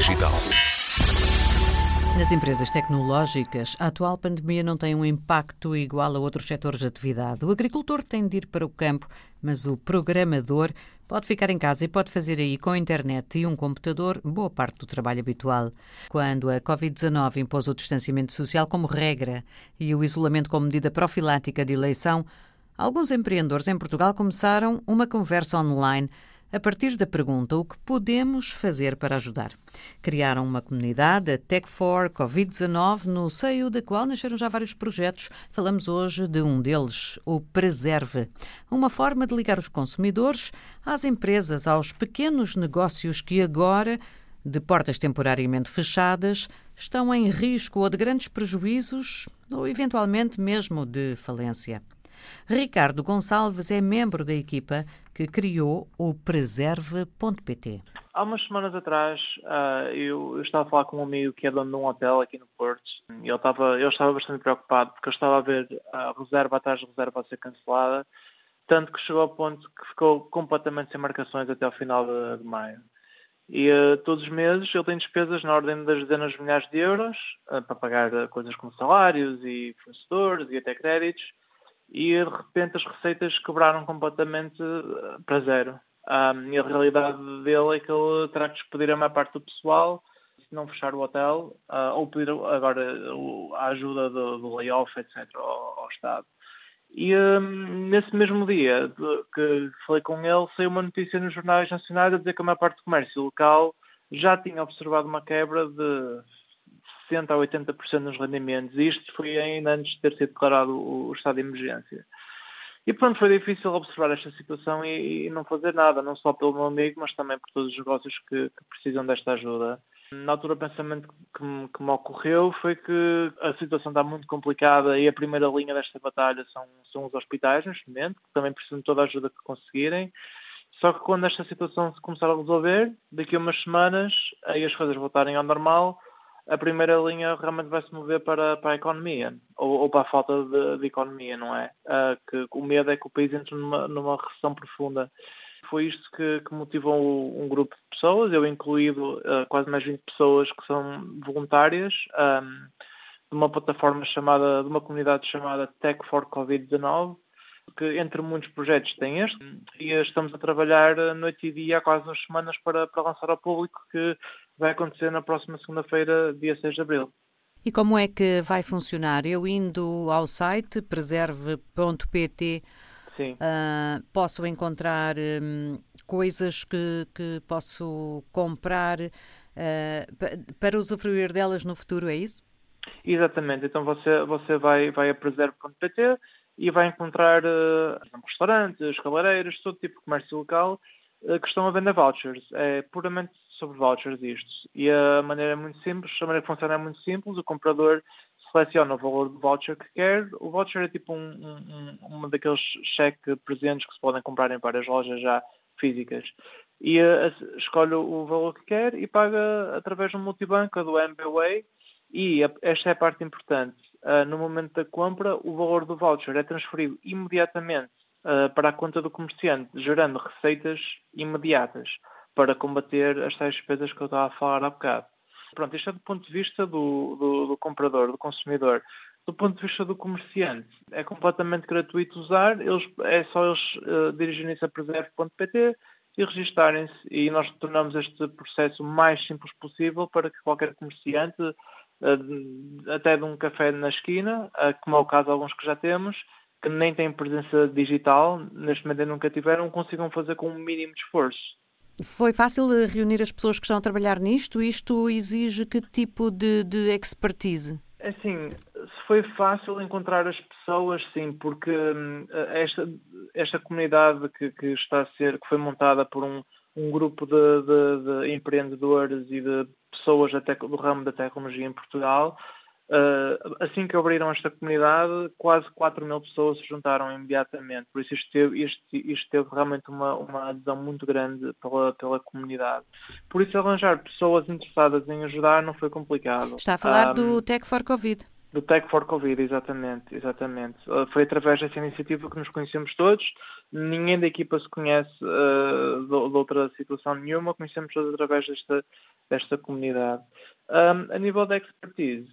Digital. Nas empresas tecnológicas, a atual pandemia não tem um impacto igual a outros setores de atividade. O agricultor tem de ir para o campo, mas o programador pode ficar em casa e pode fazer aí, com a internet e um computador, boa parte do trabalho habitual. Quando a Covid-19 impôs o distanciamento social como regra e o isolamento como medida profilática de eleição, alguns empreendedores em Portugal começaram uma conversa online a partir da pergunta: o que podemos fazer para ajudar? Criaram uma comunidade, a Tech4 Covid-19, no seio da qual nasceram já vários projetos. Falamos hoje de um deles, o Preserve, uma forma de ligar os consumidores às empresas, aos pequenos negócios que agora, de portas temporariamente fechadas, estão em risco ou de grandes prejuízos ou eventualmente mesmo de falência. Ricardo Gonçalves é membro da equipa que criou o Preserve.pt. Há umas semanas atrás, eu estava a falar com um amigo que é dono de um hotel aqui no Porto e ele estava bastante preocupado porque eu estava a ver a reserva atrás de reserva a ser cancelada, tanto que chegou ao ponto que ficou completamente sem marcações até ao final de maio. E todos os meses ele tem despesas na ordem das dezenas de milhares de euros para pagar coisas como salários e fornecedores e até créditos. E de repente as receitas quebraram completamente para zero. E a realidade dele é que ele terá que despedir a maior parte do pessoal, se não fechar o hotel, ou pedir agora a ajuda do layoff, etc., ao Estado. E nesse mesmo dia que falei com ele, saiu uma notícia nos jornais nacionais a dizer que a maior parte do comércio local já tinha observado uma quebra de 60% a 80% nos rendimentos. E isto foi ainda antes de ter sido declarado o estado de emergência. E pronto, foi difícil observar esta situação e não fazer nada, não só pelo meu amigo, mas também por todos os negócios que precisam desta ajuda. Na altura o pensamento que me ocorreu foi que a situação está muito complicada e a primeira linha desta batalha são os hospitais, neste momento, que também precisam de toda a ajuda que conseguirem. Só que quando esta situação se começar a resolver, daqui a umas semanas, aí as coisas voltarem ao normal, a primeira linha realmente vai se mover para a economia, ou para a falta de economia, não é? Que o medo é que o país entre numa recessão profunda. Foi isto que motivou um grupo de pessoas, eu incluído quase mais 20 pessoas que são voluntárias, de uma plataforma de uma comunidade chamada Tech4 Covid-19, que entre muitos projetos tem este, e estamos a trabalhar noite e dia há quase 2 semanas para lançar ao público, que vai acontecer na próxima segunda-feira, dia 6 de abril. E como é que vai funcionar? Eu indo ao site preserve.pt posso encontrar coisas que posso comprar para usufruir delas no futuro, é isso? Exatamente, então você vai a preserve.pt e vai encontrar restaurantes, cabeleireiros, todo tipo de comércio local que estão a vender vouchers. É puramente sobre vouchers isto. E a maneira é muito simples, a maneira que funciona é muito simples. O comprador seleciona o valor do voucher que quer. O voucher é tipo uma daqueles cheque presentes que se podem comprar em várias lojas já físicas. E escolhe o valor que quer e paga através de um multibanco do MBWay. E esta é a parte importante. No momento da compra, o valor do voucher é transferido imediatamente para a conta do comerciante, gerando receitas imediatas para combater as tais despesas que eu estava a falar há bocado. Pronto, isto é do ponto de vista do comprador, do consumidor. Do ponto de vista do comerciante, é completamente gratuito usar, é só eles dirigirem-se a preserve.pt e registarem-se, e nós tornamos este processo o mais simples possível para que qualquer comerciante, até de um café na esquina, como é o caso de alguns que já temos, que nem têm presença digital, neste momento nunca tiveram, consigam fazer com um mínimo de esforço. Foi fácil reunir as pessoas que estão a trabalhar nisto? Isto exige que tipo de expertise? Assim, se foi fácil encontrar as pessoas, sim, porque esta comunidade que foi montada por um grupo de empreendedores e de pessoas do ramo da tecnologia em Portugal, assim que abriram esta comunidade, quase 4.000 pessoas se juntaram imediatamente. Por isso isto teve realmente uma adesão muito grande pela comunidade. Por isso arranjar pessoas interessadas em ajudar não foi complicado. Está a falar do Tech4 Covid. Do Tech for Covid, exatamente. Foi através dessa iniciativa que nos conhecemos todos. Ninguém da equipa se conhece de outra situação nenhuma. Conhecemos todos através desta comunidade. A nível da expertise,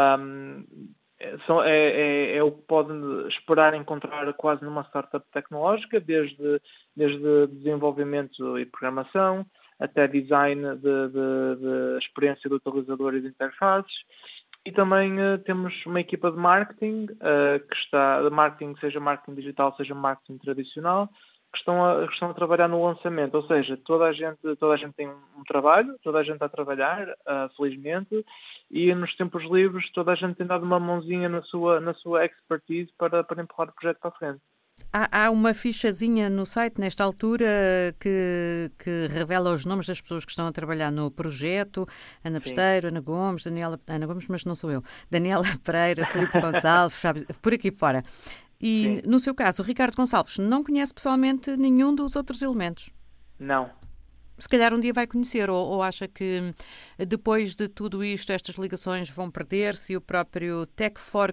é o que pode esperar encontrar quase numa startup tecnológica, desde desenvolvimento e programação, até design de experiência do utilizador e de interfaces. E também temos uma equipa de marketing, que está de marketing, seja marketing digital, seja marketing tradicional, que estão a trabalhar no lançamento. Ou seja, toda a gente tem um trabalho, toda a gente está a trabalhar, felizmente, e nos tempos livres toda a gente tem dado uma mãozinha na sua expertise para empurrar o projeto para a frente. Há uma fichazinha no site, nesta altura, que revela os nomes das pessoas que estão a trabalhar no projeto. Ana Besteiro, Ana Gomes, Ana Gomes, mas não sou eu. Daniela Pereira, Filipe Gonçalves, por aqui fora. E, no seu caso, o Ricardo Gonçalves não conhece pessoalmente nenhum dos outros elementos? Não. Se calhar um dia vai conhecer, ou acha que depois de tudo isto, estas ligações vão perder-se e o próprio Tech for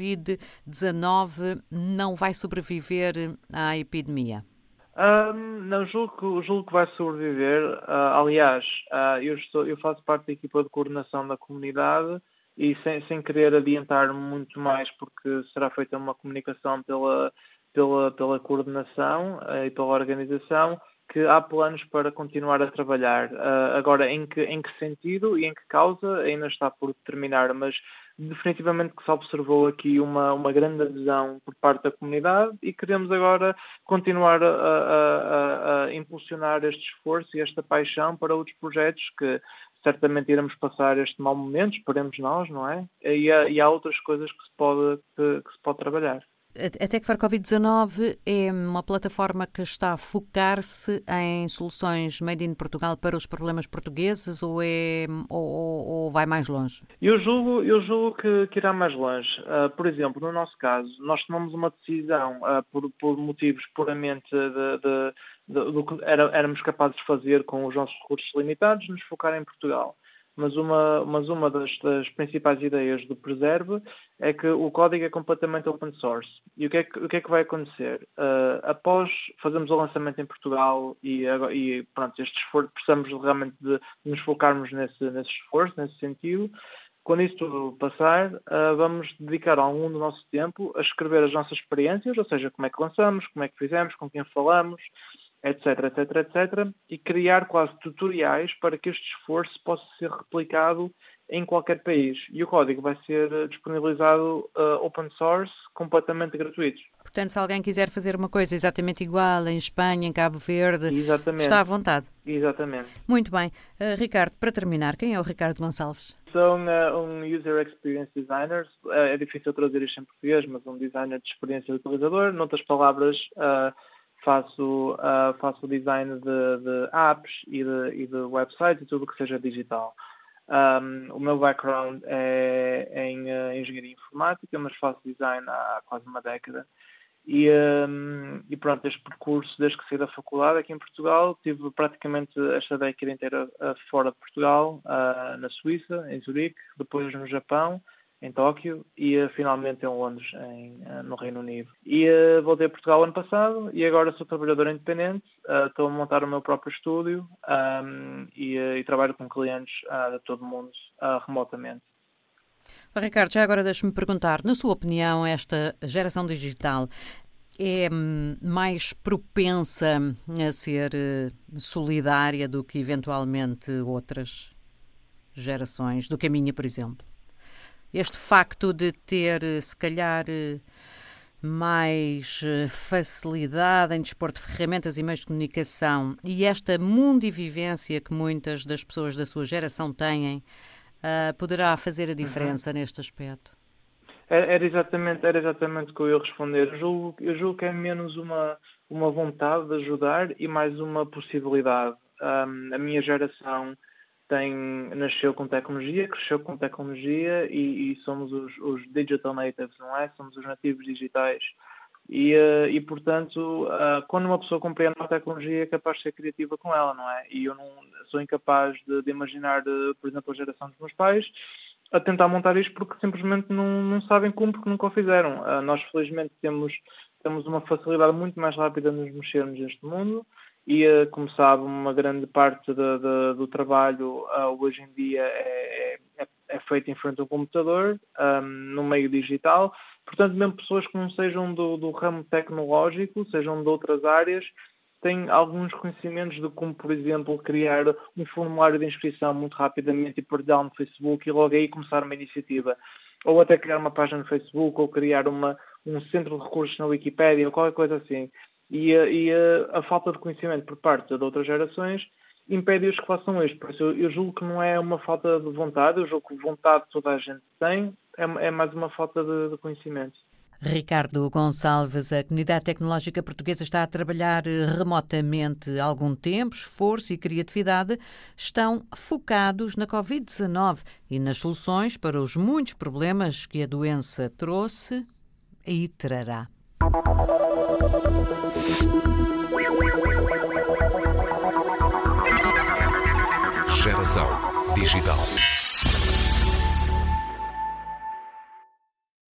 Covid-19 não vai sobreviver à epidemia? Não, julgo que vai sobreviver. Aliás, eu faço parte da equipa de coordenação da comunidade e sem querer adiantar muito mais, porque será feita uma comunicação pela coordenação e pela organização, que há planos para continuar a trabalhar. Agora, em que sentido e em que causa ainda está por determinar, mas definitivamente que se observou aqui uma grande adesão por parte da comunidade e queremos agora continuar a impulsionar este esforço e esta paixão para outros projetos que certamente iremos passar este mau momento, esperemos nós, não é? E há outras coisas que se pode trabalhar. A Tech for Covid-19 é uma plataforma que está a focar-se em soluções made in Portugal para os problemas portugueses ou vai mais longe? Eu julgo que irá mais longe. Por exemplo, no nosso caso, nós tomamos uma decisão por motivos puramente do que éramos capazes de fazer com os nossos recursos limitados, nos focar em Portugal. Mas uma das principais ideias do Preserve é que o código é completamente open source. E o que é que vai acontecer? Após fazermos o lançamento em Portugal e pronto, este esforço, precisamos realmente de nos focarmos nesse esforço, nesse sentido. Quando isso tudo passar, vamos dedicar algum do nosso tempo a escrever as nossas experiências, ou seja, como é que lançamos, como é que fizemos, com quem falamos, etc, e criar quase tutoriais para que este esforço possa ser replicado em qualquer país. E o código vai ser disponibilizado open source, completamente gratuito. Portanto, se alguém quiser fazer uma coisa exatamente igual em Espanha, em Cabo Verde, está à vontade. Exatamente. Muito bem. Ricardo, para terminar, quem é o Ricardo Gonçalves? Sou um User Experience Designer, é difícil traduzir isto em português, mas um designer de experiência do utilizador. Noutras palavras, faço o design de apps e de websites e tudo o que seja digital. O meu background é em engenharia informática, mas faço design há quase uma década. E pronto, este percurso, desde que saí da faculdade aqui em Portugal, tive praticamente esta década inteira fora de Portugal, na Suíça, em Zurique, depois no Japão, em Tóquio e finalmente em Londres, no Reino Unido. E voltei a Portugal ano passado e agora sou trabalhador independente, estou a montar o meu próprio estúdio e trabalho com clientes de todo o mundo remotamente. Ricardo, já agora deixe-me perguntar, na sua opinião, esta geração digital é mais propensa a ser solidária do que eventualmente outras gerações, do que a minha, por exemplo? Este facto de ter, se calhar, mais facilidade em dispor de ferramentas e meios de comunicação e esta mundivivência que muitas das pessoas da sua geração têm, poderá fazer a diferença neste aspecto? Era exatamente o que eu ia responder. Eu julgo que é menos uma vontade de ajudar e mais uma possibilidade. A minha geração nasceu com tecnologia, cresceu com tecnologia e somos os digital natives, não é? Somos os nativos digitais. E portanto, quando uma pessoa compreende a tecnologia, é capaz de ser criativa com ela, não é? E eu não sou incapaz de imaginar, por exemplo, a geração dos meus pais, a tentar montar isto porque simplesmente não sabem como, porque nunca o fizeram. Nós, felizmente, temos uma facilidade muito mais rápida de nos mexermos neste mundo e, como sabe, uma grande parte do trabalho hoje em dia é feito em frente ao computador, no meio digital. Portanto, mesmo pessoas que não sejam do ramo tecnológico, sejam de outras áreas, têm alguns conhecimentos de como, por exemplo, criar um formulário de inscrição muito rapidamente e partilhar no Facebook e logo aí começar uma iniciativa. Ou até criar uma página no Facebook, ou criar um centro de recursos na Wikipédia, ou qualquer coisa assim. E a falta de conhecimento por parte de outras gerações impede-os que façam isto. Por isso, eu julgo que não é uma falta de vontade, eu julgo que vontade toda a gente tem, é mais uma falta de conhecimento. Ricardo Gonçalves, a comunidade tecnológica portuguesa está a trabalhar remotamente há algum tempo. Esforço e criatividade estão focados na Covid-19 e nas soluções para os muitos problemas que a doença trouxe e trará. Geração Digital.